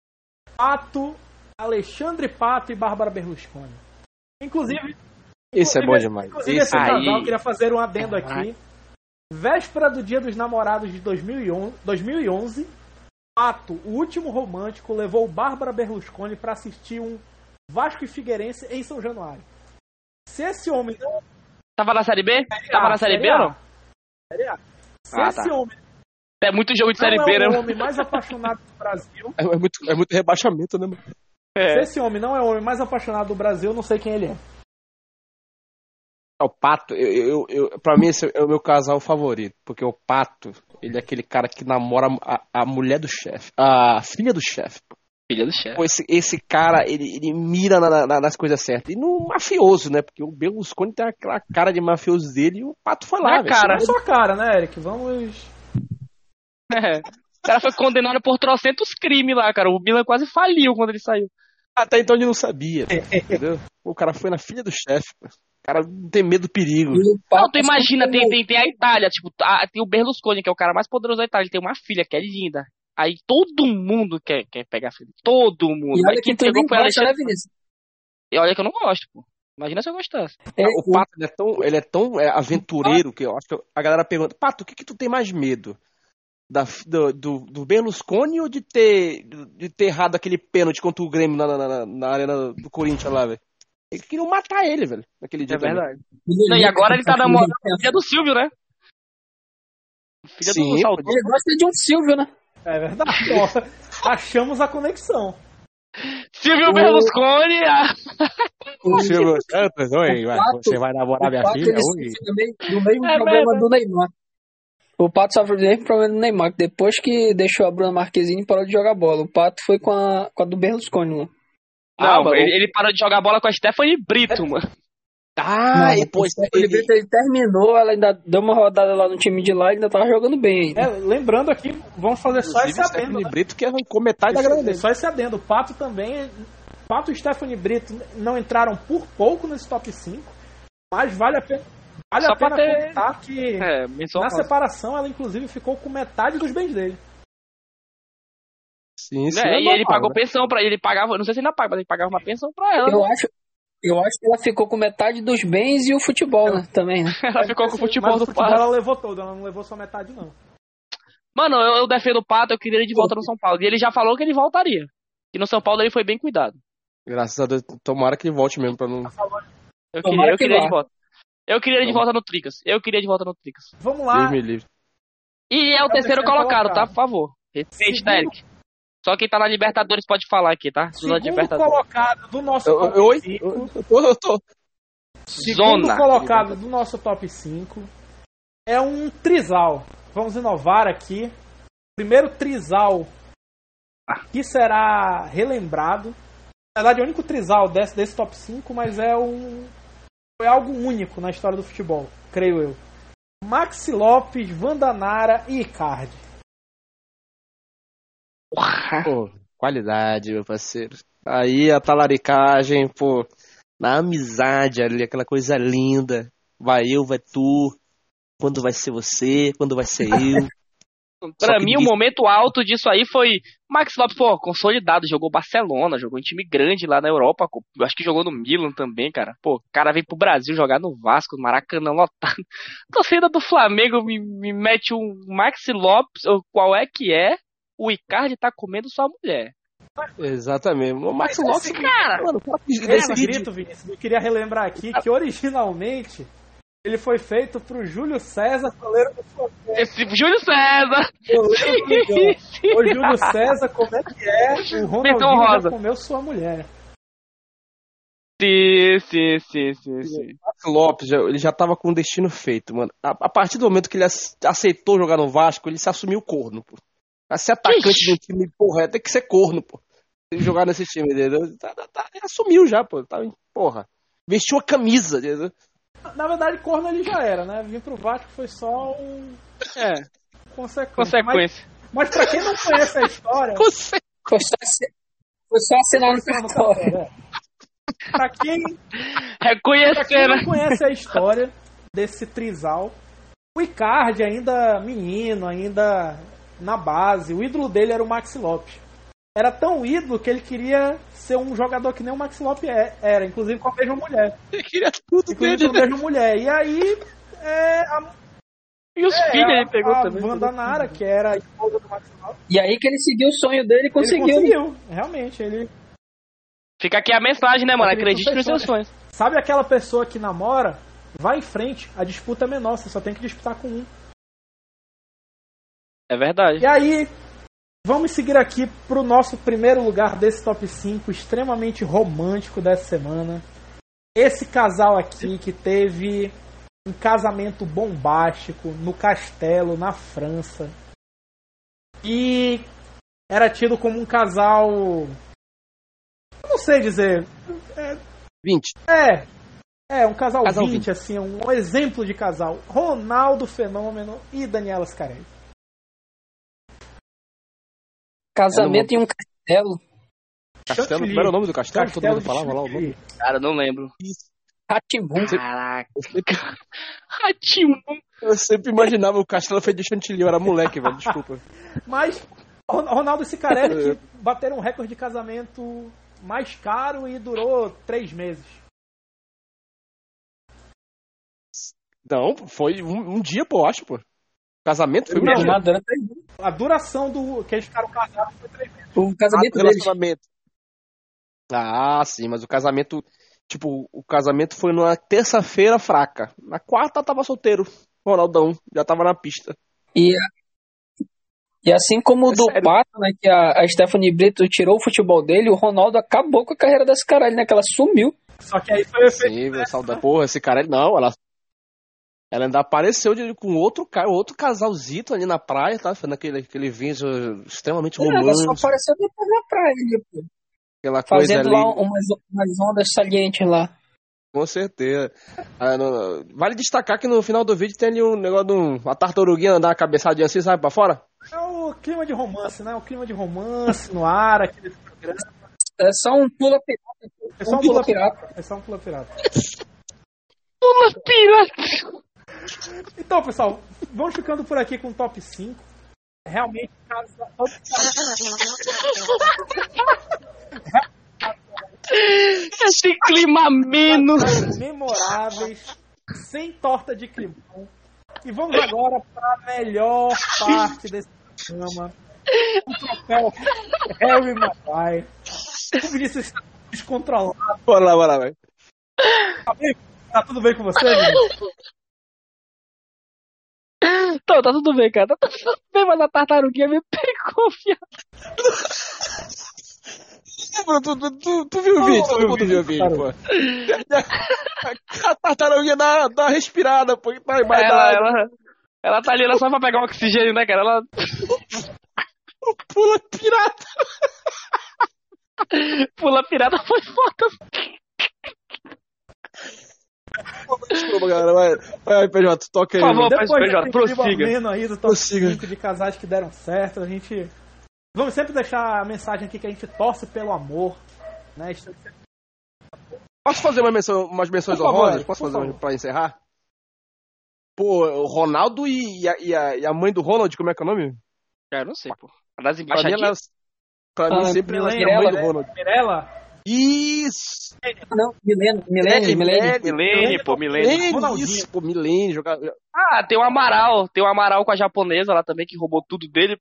Alexandre Pato e Bárbara Berlusconi. Inclusive, Esse é bom demais. Inclusive, esse casal, eu queria fazer um adendo aqui. Véspera do Dia dos Namorados de 2011, Pato, o último romântico, levou Bárbara Berlusconi para assistir um Vasco e Figueirense em São Januário. Se esse homem não... Tava na Série B? Tava na Série B ou não? Série A. Se esse homem É muito jogo de Série não B, é né? o homem mais apaixonado do Brasil... É muito rebaixamento, né, mano? Se esse homem não é o homem mais apaixonado do Brasil, eu não sei quem ele é. O Pato, pra mim esse é o meu casal favorito, porque o Pato, ele é aquele cara que namora a mulher do chefe, a filha do chefe. Filha do chefe. Pô, esse cara, ele mira nas coisas certas. E no mafioso, né? Porque o Berlusconi tem aquela cara de mafioso dele e o Pato foi lá, É, cara. É sua cara, né, Eric? Vamos... É. O cara foi condenado por trocentos crimes lá, cara. O Milan quase faliu quando ele saiu. Até então ele não sabia, entendeu? O cara foi na filha do chefe, pô. O cara não tem medo do perigo. Não, tu imagina, tem a Itália, tipo, tem o Berlusconi, que é o cara mais poderoso da Itália. Ele tem uma filha que é linda. Aí todo mundo quer pegar a filha. Todo mundo. E olha Aí que quem tu pegou nem foi gosta, né, Alexandre. Vinícius? E olha que eu não gosto, pô. Imagina se eu gostasse. O Pato, ele é tão aventureiro que eu acho que a galera pergunta, Pato, o que tu tem mais medo? Do Berlusconi ou de ter errado aquele pênalti contra o Grêmio na arena do Corinthians lá, velho? Eles queriam matar ele, velho, naquele dia. É verdade. Não, e agora ele tá namorando a filha do Silvio, né? Filha Sim, do Salto. Ele gosta de um Silvio, né? É verdade. Ó, achamos a conexão. Silvio Berlusconi. O Silvio Santos, oi, Pato- você vai namorar minha Pato, filha? ele Oi. sofre também do mesmo É problema mesmo. do Neymar. O Pato sofre do mesmo problema do Neymar, que depois que deixou a Bruna Marquezine parou de jogar bola. O Pato foi com a do Berlusconi, mano. Não, mano. ele parou de jogar bola com a Stephanie Brito, mano. Ah, Não, e pô, ele terminou, ela ainda deu uma rodada lá no time de lá e ainda tava jogando bem ainda. Lembrando aqui, vamos fazer só esse adendo. Stephanie Brito que arrancou metade da grana dele. Só esse adendo. O Pato também. Pato e Stephanie Brito não entraram por pouco nesse top 5, mas vale a pena. Vale Só a pena pra ter- comentar que menção na rosa. separação ela inclusive ficou com metade dos bens dele. Sim, sim. É, e ele pagou né? pensão pra ele, pagava, não sei se ainda paga, mas ele pagava uma pensão pra ela. Eu acho que ela ficou com metade dos bens e o futebol, né? Também, né? Ela ficou com o futebol Mas do o futebol Pato. ela levou todo, ela não levou só metade não. Mano, eu defendo o Pato, eu queria ele de volta no São Paulo. E ele já falou que ele voltaria. E no São Paulo ele foi bem cuidado. Graças a Deus, tomara que ele volte mesmo pra não. Eu Tomara que queria ele vá. de volta. Eu queria ele de volta no Tricas. Vamos lá. Deus me livre. E é o terceiro colocado, tá? Por favor. Respeite, tá, Eric? Só quem tá na Libertadores pode falar aqui, tá? Zona Segundo Libertadores. colocado do nosso top Oi? 5. Eu tô. Segundo Zona. colocado do nosso top 5 é um trisal. Vamos inovar aqui. Primeiro trisal que será relembrado. Na verdade, é o único trisal desse top 5, mas foi algo único na história do futebol, creio eu. Maxi Lopes, Vandanara e Icardi. Pô, qualidade, meu parceiro. Aí a talaricagem, pô, na amizade ali, aquela coisa linda. Vai eu, vai tu. Quando vai ser você, quando vai ser eu. Pra mim, o momento alto disso aí foi Max Lopes, pô, consolidado, jogou Barcelona, jogou em time grande lá na Europa, eu acho que jogou no Milan também, cara. Pô, o cara vem pro Brasil jogar no Vasco, no Maracanã lotado. Torcida do Flamengo me mete um Max Lopes, qual é que é? O Icardi tá comendo sua mulher. Exatamente. O Max Mas Lopes, esse cara- mano, Esse grito, Vinícius, eu queria relembrar aqui que originalmente ele foi feito pro Júlio César, goleiro do Flamengo. Esse Júlio César! Goleiro do Mengão. Ô Júlio César, como é que é? O Menção Ronaldinho rosa. já comeu sua mulher. Sim. Max Lopes, ele já tava com o destino feito, mano. A partir do momento que ele aceitou jogar no Vasco, ele se assumiu corno, pô. Pra ser atacante de um time, porra, tem que ser corno, pô. Ele jogar nesse time, entendeu? Ele assumiu já, pô. Porra. Vestiu a camisa, entendeu? Na verdade, corno ele já era, né? Vir pro Vasco foi só um Consequência. Mas pra quem não conhece a história... Foi só assinar no cartório. Pra quem Reconhecer, não conhece a história desse trisal, o Icardi, ainda menino, ainda na base, o ídolo dele era o Maxi Lopes. Era tão ídolo que ele queria ser um jogador que nem o Maxi Lopes era, inclusive com a mesma mulher. Ele queria tudo Inclusive dele, com a mesma mulher. E aí... E os filhos ele pegou a também. Wanda Nara, que era a esposa do Maxi Lopes. E aí que ele seguiu o sonho dele e conseguiu. Ele conseguiu, realmente. Ele... Fica aqui a mensagem, né, mano? Acredite nos seus sonhos. Sabe aquela pessoa que namora? Vai em frente, a disputa é menor, você só tem que disputar com um. É verdade. E aí, vamos seguir aqui pro nosso primeiro lugar desse top 5, extremamente romântico dessa semana. Esse casal aqui que teve um casamento bombástico no castelo, na França. E era tido como um casal... Eu não sei dizer... 20. Um casal 20, 20, assim, um exemplo de casal. Ronaldo Fenômeno e Daniela Scarelli. Casamento em um castelo. Castelo, como era o nome do castelo? Todo mundo falava lá o nome. Cara, não lembro. Rá-Tim-Bum. Caraca. Rá-Tim-Bum. Eu sempre imaginava o castelo feito de chantilly, eu era moleque, velho, desculpa. Mas Ronaldo e Scarelli que bateram um recorde de casamento mais caro e durou 3 meses. Não, foi um dia, pô, acho, pô. Casamento foi um Não, dia. Nada, A duração do que eles ficaram casados foi 3 meses. o casamento do deles. relacionamento. Ah, sim, mas o casamento... Tipo, o casamento foi numa terça-feira fraca. Na quarta tava solteiro. Ronaldão, já tava na pista. E assim como o do sério. Pato, né, que a Stephanie Brito tirou o futebol dele, o Ronaldo acabou com a carreira desse caralho, né, que ela sumiu. Só que aí foi o efeito. Sim, saudade. Porra, esse cara, não, ela ainda apareceu com outro cara, outro casalzito ali na praia, tá? Foi aquele vídeo extremamente Ela só romântico. apareceu depois na praia, pô. Aquela coisa Fazendo ali. lá umas ondas salientes lá. Com certeza. Vale destacar que no final do vídeo tem ali um negócio de uma tartaruguinha dar uma cabeçadinha assim, sabe, pra fora? É o clima de romance, né? O clima de romance no ar, aquele programa. É só um pula pirata. É só um pula pirata. É só um pula pirata. Pula pirata. Então, pessoal, vamos ficando por aqui com o top 5. Realmente, Esse clima ameno. memoráveis, sem torta de climão. E vamos agora para a melhor parte desse programa. O troféu Harry Maguire. O Vinícius está descontrolado. Bora lá, velho. Tá tudo bem com você, Vinícius? Tá tudo bem, cara. Tá tudo bem, mas a tartaruguinha me pegou, viado. Tu viu o vídeo? Todo mundo viu o vídeo, pô. A tartaruguinha dá uma respirada, pô. Ela tá ali só pra pegar o oxigênio, né, cara? Ela Pula pirata. pula pirata foi foda. Desculpa, galera. Vai, PJ, toca aí. Por favor, Depois PJ, desse prossiga. clima ameno aí do top Prossiga. 5 de casais que deram certo, a gente... Vamos sempre deixar a mensagem aqui que a gente torce pelo amor, né? Posso fazer umas menções Por favor, honrosas? Posso por fazer favor. pra encerrar? Pô, o Ronaldo e a mãe do Ronald, como é que é o nome? Cara, eu não sei, pô. A das Pra mim, embaixadinhas. sempre ela é a Mirella, mãe do né? Ronald. Mirella? Isso! Não, Milene. Milene, pô, Milene. Isso, pô, Milene, jogador. Ah, tem o Amaral. Tem o Amaral com a japonesa lá também, que roubou tudo dele.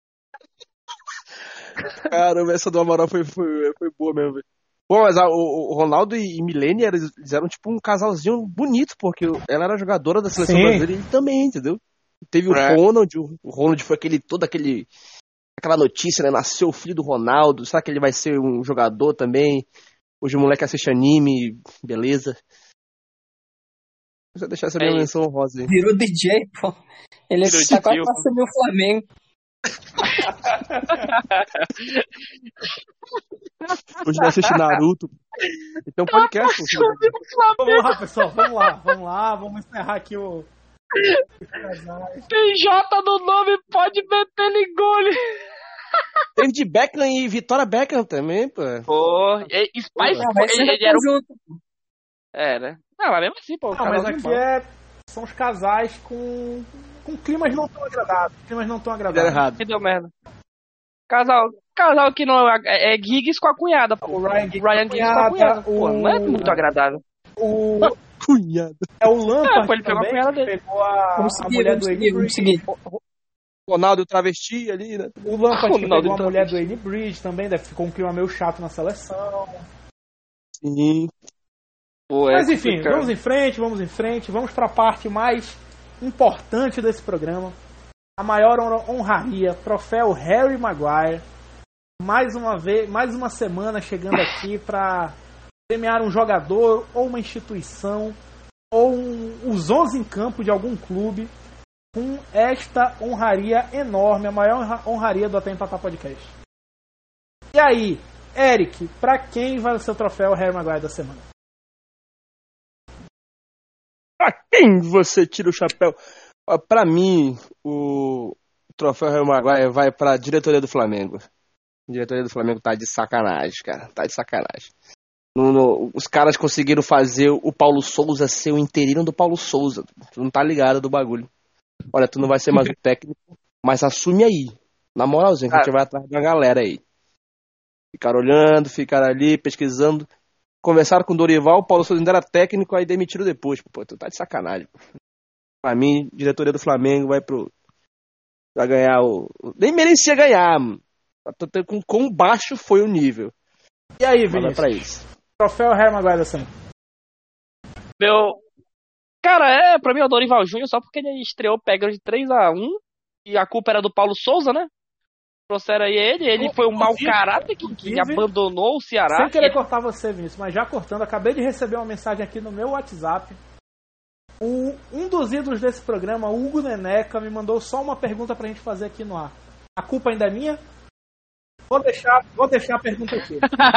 Caramba, essa do Amaral foi boa mesmo, velho. Pô, mas o Ronaldo e Milene eles eram tipo um casalzinho bonito, porque ela era jogadora da seleção Sim. brasileira e ele também, entendeu? Teve o Ronald, o Ronald foi aquela notícia, né? Nasceu o filho do Ronaldo, será que ele vai ser um jogador também? Hoje o moleque assiste anime, beleza. Deixa eu deixar essa minha menção honrosa aí. Virou DJ, pô. Ele Virou tá quase DJ, pra assumir o Flamengo. Hoje ele assiste Naruto. Tem um podcast. Vamos lá, pessoal, vamos lá, vamos encerrar aqui o. Tem J no nome, pode meter ele gole. David Beckham e Vitória Beckham também, pô. Pô, Spice, ele era junto. né? Não, mas mesmo assim, pô. Não, mas aqui são os casais com climas não tão agradáveis. Deram errado. Que deu merda. Casal que não é Giggs com a cunhada, pô. O Ryan Giggs com a cunhada. Pô, não é muito agradável. Cunhado. É o Lampard Pô, ele pegou a também, cunhada que dele. pegou a mulher do Wayne Bridge. Ronaldo travesti ali, né? O Lampard que Ronaldo pegou a mulher do Wayne Bridge também, ficou um clima meio chato na seleção. Sim. Pô, Mas enfim, complicado. vamos em frente, vamos para a parte mais importante desse programa. A maior honraria, troféu Harry Maguire. Mais uma semana chegando aqui para premiar um jogador ou uma instituição ou os 11 em campo de algum clube com esta honraria enorme, a maior honraria do Até Empatar Podcast. E aí, Eric, para quem vai o seu troféu Harry Maguire da semana? Pra quem você tira o chapéu? Pra mim, o troféu Harry Maguire vai pra diretoria do Flamengo. A diretoria do Flamengo tá de sacanagem, cara. Tá de sacanagem. Os caras conseguiram fazer o Paulo Souza ser o interino do Paulo Souza. Tu não tá ligado do bagulho. Olha, tu não vai ser mais o técnico, mas assume aí. Na moralzinha, que a gente vai atrás da galera aí. Ficaram olhando, ficaram ali, pesquisando. Conversaram com o Dorival, o Paulo Souza ainda era técnico, aí demitiram depois. Pô, tu tá de sacanagem. Pra mim, diretoria do Flamengo vai ganhar nem merecia ganhar. Com quão baixo foi o nível. E aí, Mas vai Vinícius? pra isso. Troféu Harry Maguire da semana. Cara, pra mim é o Dorival Júnior só porque ele estreou pegando de 3-1 e a culpa era do Paulo Souza, né? Trouxeram aí ele foi um mau caráter que abandonou o Ceará. Sem querer cortar você, Vinícius, mas já cortando, acabei de receber uma mensagem aqui no meu WhatsApp. Um dos ídolos desse programa, Hugo Neneca, me mandou só uma pergunta pra gente fazer aqui no ar. A culpa ainda é minha? Vou deixar a pergunta aqui.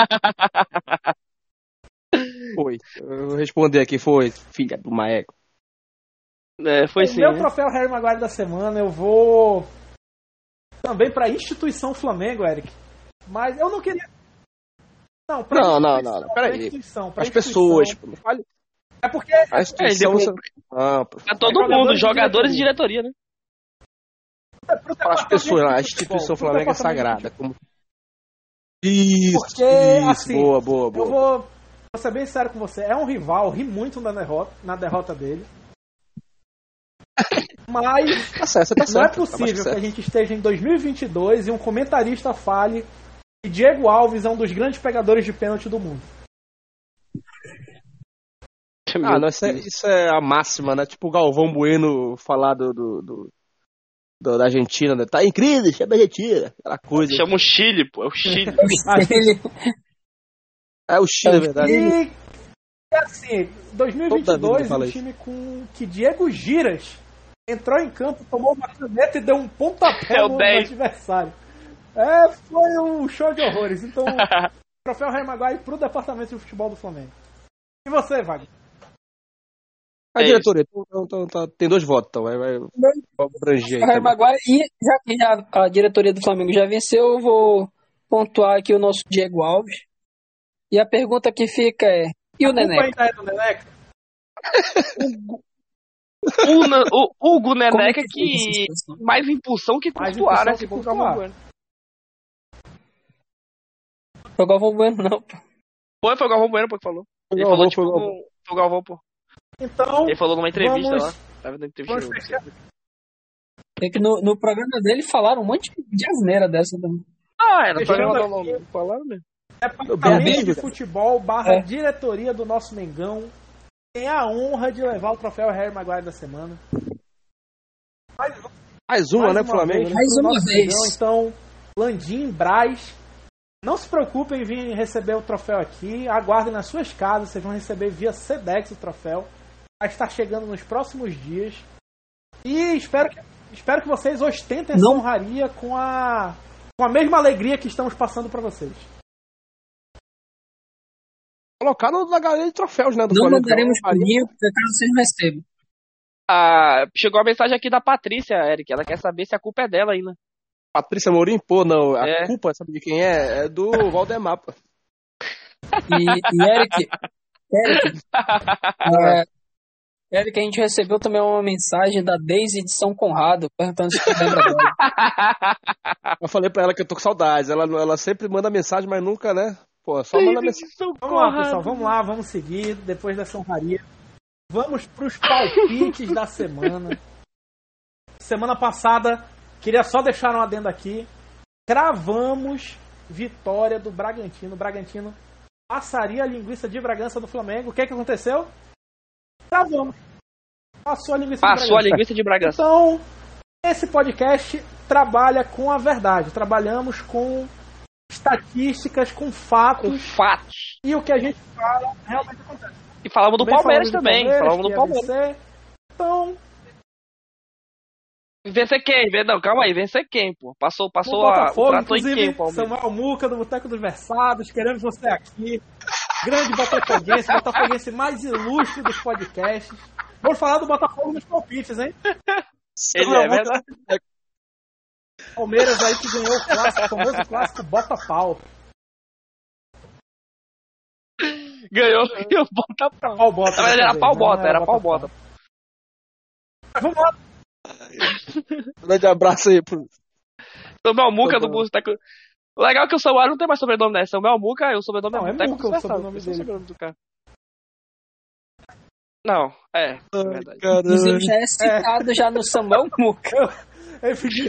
Foi. Eu vou responder aqui, foi, filha do Maeco. Foi sim. Meu né? troféu Harry Maguire da semana, eu vou também pra instituição Flamengo, Eric. Mas eu não queria... Não, peraí. As pessoas. É porque... A instituição... Pra todo mundo, jogadores e diretoria, né? As pessoas lá, a instituição Flamengo é sagrada. Isso, porque, isso, assim, boa. Eu vou ser bem sério com você. É um rival, ri muito na derrota dele. Mas tá certo, não é possível que a gente esteja em 2022 e um comentarista fale que Diego Alves é um dos grandes pegadores de pênalti do mundo. Não, isso é a máxima, né? Tipo o Galvão Bueno falar da Argentina, né? Tá em crise, chama a Argentina. Aquela coisa. Chama o Chile, pô. É o Chile. É o Chile, é verdade. E assim, 2022, um time com que Diego Giras entrou em campo, tomou uma caneta e deu um pontapé no adversário. Foi um show de horrores. Então, troféu Harry Maguire pro departamento de futebol do Flamengo. E você, Wagner? A diretoria, tem 2 votos, então vai abranger aí. Harry Maguire, e já que a diretoria do Flamengo já venceu, eu vou pontuar aqui o nosso Diego Alves. E a pergunta que fica é: e o Neneca? Ainda é do Neneca? O Hugo Neneca que mais impulsão que Courtois, né? Foi o Galvão Bueno, não, pô. Foi o Galvão Bueno, pô, que falou. Ele falou, tipo, o Galvão, pô. Então, ele falou numa entrevista lá. Tava na entrevista. É que no programa dele falaram um monte de asneira dessa também. No programa do nome. Falaram mesmo. Departamento de futebol / diretoria do nosso Mengão tem a honra de levar o troféu Harry Maguire da semana. Mais uma, né, Flamengo? Mais uma vez. Mengão, então, Landim, Braz, não se preocupem em vir receber o troféu aqui. Aguardem nas suas casas, vocês vão receber via Sedex o troféu. Vai estar chegando nos próximos dias. E espero que vocês ostentem essa honraria com a mesma alegria que estamos passando para vocês. Colocar na galeria de troféus, né? Do Não Flamengo. mandaremos por mim, caso vocês não recebam. Chegou a mensagem aqui da Patrícia, Eric. Ela quer saber se a culpa é dela ainda. Patrícia Mourinho? Pô, não. A É. culpa, sabe de quem é? É do Valdemar, pô. E Eric, Eric, a gente recebeu também uma mensagem da Daisy de São Conrado, perguntando se você lembra dela. Eu falei pra ela que eu tô com saudades. Ela sempre manda mensagem, mas nunca, né? Pô, só manda mensagem. Vamos lá, pessoal, vamos lá, vamos seguir depois dessa honraria. Vamos pros palpites da semana. Semana passada, queria só deixar um adendo aqui. Cravamos vitória do Bragantino. O Bragantino passaria a linguiça de Bragança do Flamengo. O que aconteceu? Cravamos. Passou a linguiça de Bragança. Passou a linguiça de Bragança. Então, esse podcast trabalha com a verdade. Trabalhamos com estatísticas, com fatos. Com fatos. E o que a gente fala realmente acontece. E falamos do Palmeiras também. Falamos do Palmeiras. Vencer. Então, vencer quem? Não, calma aí. Vencer quem, pô? Passou o o Botafogo, trator em quem, inclusive, o Palmeiras? Samuel Muca, do Boteco dos Versados, queremos você aqui. Grande botafoguense mais ilustre dos podcasts. Vamos falar do Botafogo nos palpites, hein? Ele é verdade. Palmeiras aí que ganhou o clássico, o famoso clássico Bota-Pau. Ganhou e o Bota-Pau. Pau-Bota. Na verdade, era pau-bota, era pau-bota. Vamos lá. Grande abraço aí pro. Samuel Muca do Boteco. O legal é que o Samuel não tem mais sobrenome, né? Samuel Muca e o sobrenome Não, é Boteco Muca dos o Versados. sobrenome Esse é o dele. sobrenome do cara. Não, é verdade. Inclusive já é citado já no Samuel Muca. É fingido.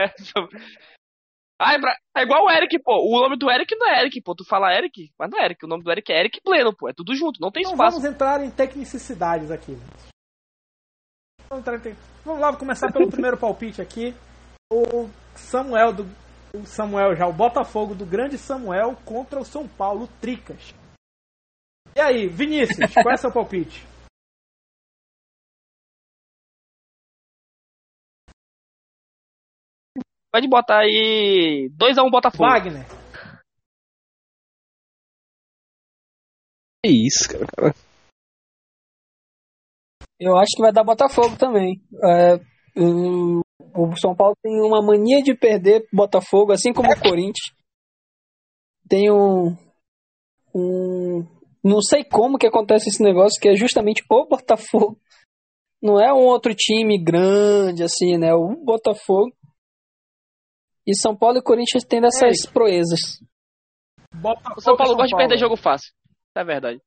É igual o Eric, pô. O nome do Eric não é Eric, pô. Tu fala Eric, mas não é Eric. O nome do Eric é Eric Pleno, pô. É tudo junto, não tem Então espaço. vamos entrar em tecnicidades aqui. Vamos lá, vou começar pelo primeiro palpite aqui. O Botafogo do grande Samuel contra o São Paulo Tricas. E aí, Vinícius, qual é seu palpite? Pode botar aí 2x1 Botafogo. Wagner. Que isso, cara. Eu acho que vai dar Botafogo também. O São Paulo tem uma mania de perder pro Botafogo, assim como o Corinthians. Tem não sei como que acontece esse negócio, que é justamente o Botafogo. Não é um outro time grande, assim, né? O Botafogo. E São Paulo e Corinthians têm dessas proezas. O São Paulo gosta de perder jogo fácil. É verdade.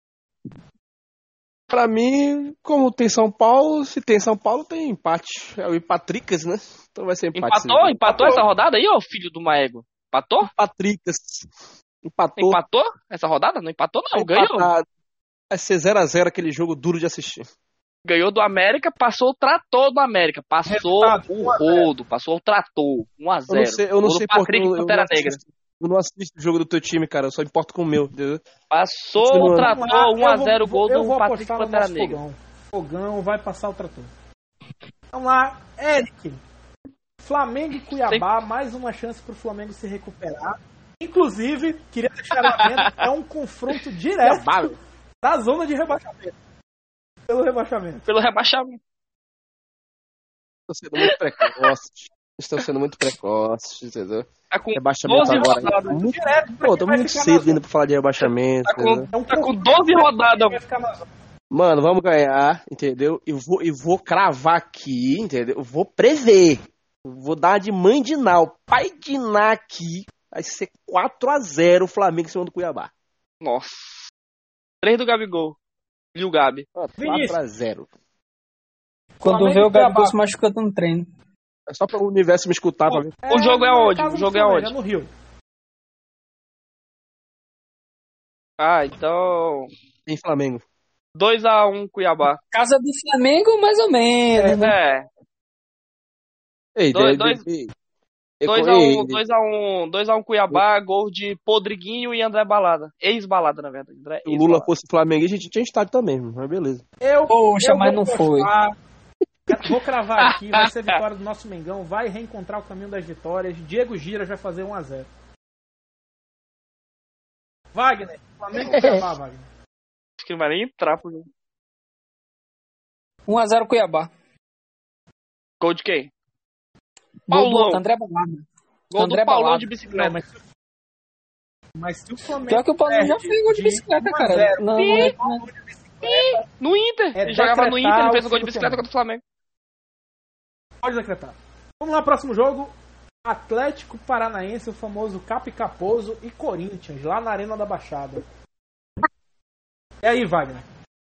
Pra mim, como tem São Paulo, se tem São Paulo, tem empate. É o Empatricas, né? Então vai ser empate. Empatou essa rodada aí, ô filho do Maego? Empatou? Empatricas. Empatou. Empatou essa rodada? Não empatou, não. Ganhou. Vai ser 0x0 aquele jogo duro de assistir. Ganhou do América, passou o trator do América. Passou o rodo, passou o trator. 1x0. Eu não sei porque eu não Negra. assisto o jogo do teu time, cara. Eu só importo com o meu, entendeu? Passou o trator, 1x0 gol do Patrick Pantera Negra. Fogão vai passar o trator. Vamos lá, Eric. Flamengo e Cuiabá, mais uma chance pro Flamengo se recuperar. Inclusive, queria deixar lá dentro, é um confronto direto da zona de rebaixamento. Pelo rebaixamento. Estão sendo muito precoces, entendeu? Tá com rebaixamento 12 agora. rodadas. Tô muito cedo ainda pra falar de rebaixamento. Tá com 12 rodadas. Mano, vamos ganhar, entendeu? E vou cravar aqui, entendeu? Eu vou prever. Vou dar de mãe de Ná, o pai de Ná aqui. Vai ser 4x0 o Flamengo em cima do Cuiabá. Nossa. 3 do Gabigol. E o Gabi. 4x0. Quando vê o Gabigol se machucando no treino. É só para o universo me escutar. Pra ver. O jogo é onde? O jogo é onde? É no Rio. Ah, então... Em Flamengo. 2x1 Cuiabá. Casa do Flamengo, mais ou menos. É. Ei, 2x1 Cuiabá, gol de Podriguinho e André Balada. Ex-Balada, na verdade. Se o Lula fosse Flamengo, a gente tinha estádio também, mas beleza. Poxa, mas não foi. Vou cravar aqui, vai ser vitória do nosso Mengão, vai reencontrar o caminho das vitórias. Diego Gira vai fazer 1x0. Wagner, Flamengo ou Cuiabá, Wagner? Acho que não vai nem entrar pro jogo. 1x0 Cuiabá. Gol de quem? Gol Paulão. do André Balada. Gol André do Paulão Balada. de bicicleta. Mas se o Flamengo. Pior que o Paulinho já fez gol de bicicleta, cara. Não é. No Inter. É Ele jogava no Inter, ele fez o gol de decretar o bicicleta contra o Flamengo. Pode decretar. Vamos lá, próximo jogo. Atlético Paranaense, o famoso Cap Caposo e Corinthians, lá na Arena da Baixada. E aí, Wagner?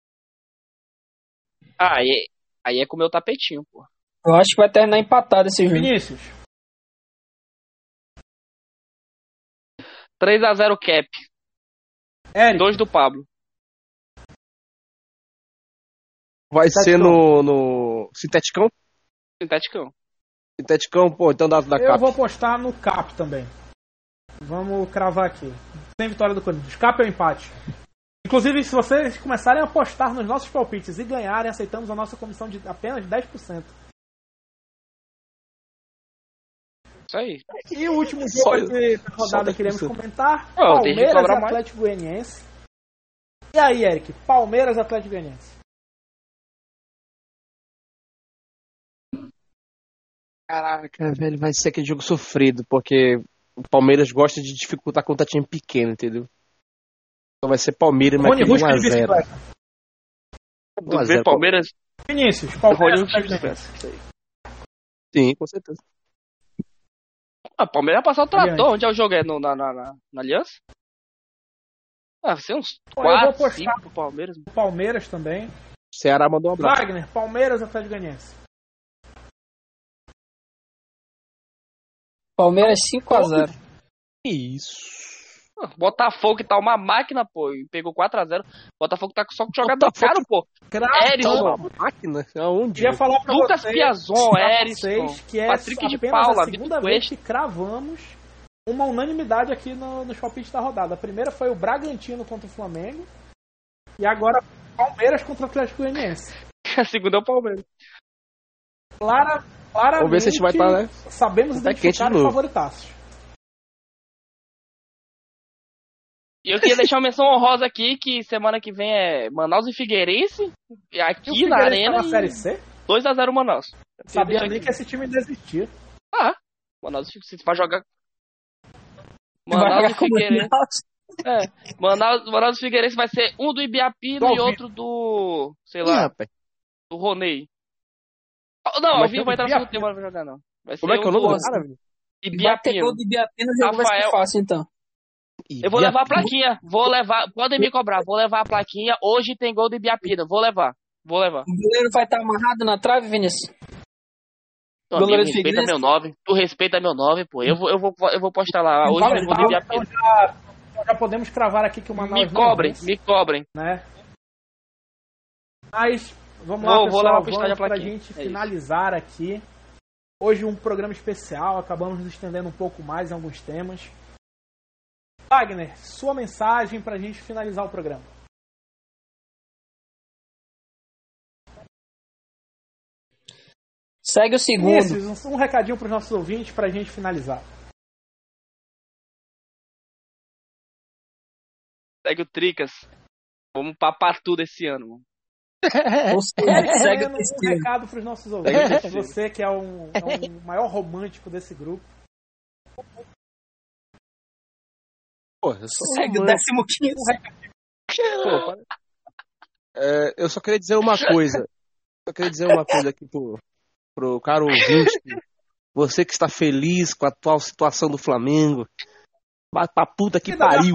Ah, aí é comer o tapetinho, pô. Eu acho que vai terminar empatado esse jogo. Vinícius? 3x0 Cap. Eric? 2 do Pablo. Vai ser Sinteticão. no Sinteticão? Sinteticão. Sinteticão, pô, então da Eu Cap. vou apostar no Cap também. Vamos cravar aqui. Sem vitória do Corinthians. Cap ou empate? Inclusive, se vocês começarem a apostar nos nossos palpites e ganharem, aceitamos a nossa comissão de apenas 10%. Isso aí. E o último Só- jogo aqui da rodada só que iremos 10%. comentar: Não, tem que Palmeiras cobrar e mais. Atlético Goianiense. E aí, Eric? Palmeiras e Atlético Goianiense. Caraca, velho, vai ser aquele jogo sofrido, porque o Palmeiras gosta de dificultar contra time pequeno, entendeu? Então vai ser Palmeiras, mas Rony aquele Russo de 1x0. bicicleta. Tu vê Palmeiras. Vinícius, Rony Palmeiras e Russo de Atlético bicicleta. Goianiense. Sim, com certeza. Ah, Palmeiras vai passar o trator. Adiante. Onde é o jogo? É na Aliança? Ah, vai ser uns Bom, eu vou 4, apostar. 5 pro Palmeiras. Palmeiras também. Ceará mandou um abraço. Wagner, Palmeiras e Atlético Goianiense. Palmeiras 5x0. Isso. Botafogo que tá uma máquina, pô. E pegou 4x0. Botafogo tá só com jogador Botafogo- caro, pô. Cravamos. Erisson. Máquina? Aonde? Ia falar pra Lucas vocês, Piazon, pra Erisson, vocês, que é Patrick de apenas Paula, a segunda Vitor vez Cuesta. que cravamos uma unanimidade aqui nos palpites da rodada. A primeira foi o Bragantino contra o Flamengo. E agora Palmeiras contra o Atlético Goianiense. A segunda é o Palmeiras. Claramente, Vamos ver se a gente vai estar, né? sabemos Tá quente identificar de os novo. favoritaços. E eu queria deixar uma menção honrosa aqui, que semana que vem é Manaus e Figueirense. E E o aqui na Figueirense Arena. tá na Série C? 2x0 Manaus. Sabia Deixa nem aqui. que esse time ainda existia. Ah, Manaus se vai jogar. Vai Manaus jogar e com o Figueirense. Manaus. Manaus e Figueirense vai ser um do Ibiapino Do e Alvino. outro do. Sei Ih, lá, rapaz. do Ronei. Não, Como é o que Vinho é? vai entrar no segundo Ibiapino. tempo, não vai jogar, não. Vai ser Como é que é o nome do do cara, velho? Vai ter Ibiapino. gol do Ibiapino, o jogo vai Rafael. ser fácil, então. Eu vou levar a plaquinha. Vou levar. Podem me cobrar. Vou levar a plaquinha. Hoje tem gol do Ibiapina. Vou levar. O goleiro vai estar amarrado na trave, Vinícius? Tu Goleiro do respeita Figueirense? meu 9. Tu respeita meu 9, pô. Eu vou postar lá. Hoje Fala, tem gol do então Ibiapina. já podemos cravar aqui que o Manaus Me não cobrem, vence, me cobrem. né? Mas vamos lá, Vou pessoal, levar pro estádio a vamos pra plaquinha. gente É isso. finalizar aqui. Hoje um programa especial, acabamos nos estendendo um pouco mais em alguns temas. Wagner, sua mensagem pra gente finalizar o programa. Segue o segundo. Vinícius, um recadinho pros nossos ouvintes pra gente finalizar. Segue o Tricas. Vamos papar tudo esse ano, mano. Você segue o Um terceiro. recado pros nossos ouvintes. Você que é o maior romântico desse grupo. Pô, eu sou Segue o romântico. 15º. Pô, eu só queria dizer uma coisa. Aqui pro caro ouvinte. Você que está feliz com a atual situação do Flamengo. Bate pra puta que pariu.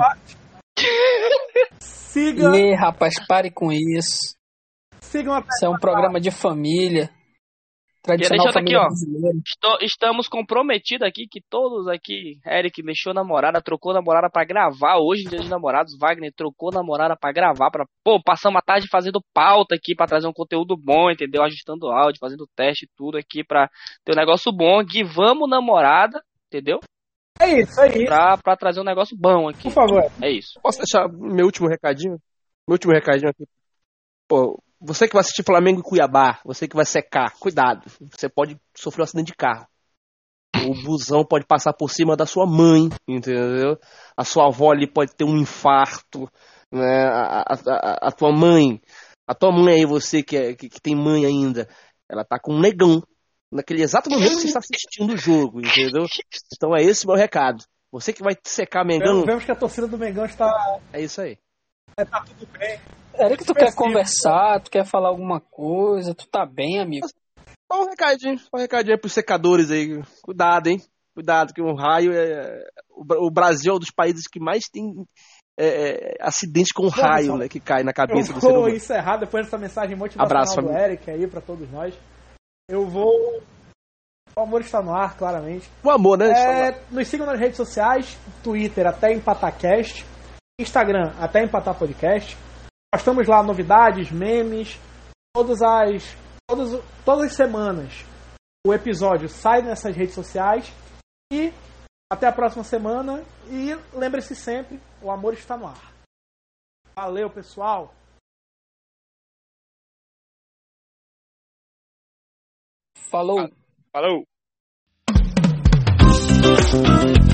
Siga, Ih, rapaz, pare com isso. sigam a Isso é um programa de família. Tradicional deixando aqui, família ó. brasileira. Estamos comprometidos aqui, que todos aqui, Eric deixou namorada, trocou namorada pra gravar hoje, dia dos namorados, Wagner trocou namorada pra gravar, passamos a tarde fazendo pauta aqui pra trazer um conteúdo bom, entendeu? Ajustando áudio, fazendo teste, tudo aqui pra ter um negócio bom, guivamos namorada, entendeu? É isso. Pra trazer um negócio bom aqui. Por favor. É isso. Posso deixar meu último recadinho? Meu último recadinho aqui. Pô, você que vai assistir Flamengo e Cuiabá, você que vai secar, cuidado. Você pode sofrer um acidente de carro. O busão pode passar por cima da sua mãe, entendeu? A sua avó ali pode ter um infarto, né? A tua mãe aí, você que tem mãe ainda, ela tá com um negão naquele exato momento que você está assistindo o jogo, entendeu? Então é esse o meu recado. Você que vai secar Mengão. Vemos que a torcida do Mengão está... É isso aí. Tá tudo bem. Eric, tu quer conversar, tu quer falar alguma coisa, tu tá bem, amigo? Só um recadinho pros secadores aí. Cuidado, hein? Cuidado, que um raio o Brasil é um dos países que mais tem acidente com raio, né? Que cai na cabeça do ser humano. Eu vou encerrar depois dessa mensagem motivacional Abraço, do Eric aí pra todos nós. O amor está no ar, claramente. O amor, né? Nos sigam nas redes sociais, Twitter até EmpatarCast, Instagram até Empatar Podcast. Postamos lá novidades, memes, todas as semanas o episódio sai nessas redes sociais. E até a próxima semana. E lembre-se sempre, o amor está no ar. Valeu, pessoal! Falou! Falou!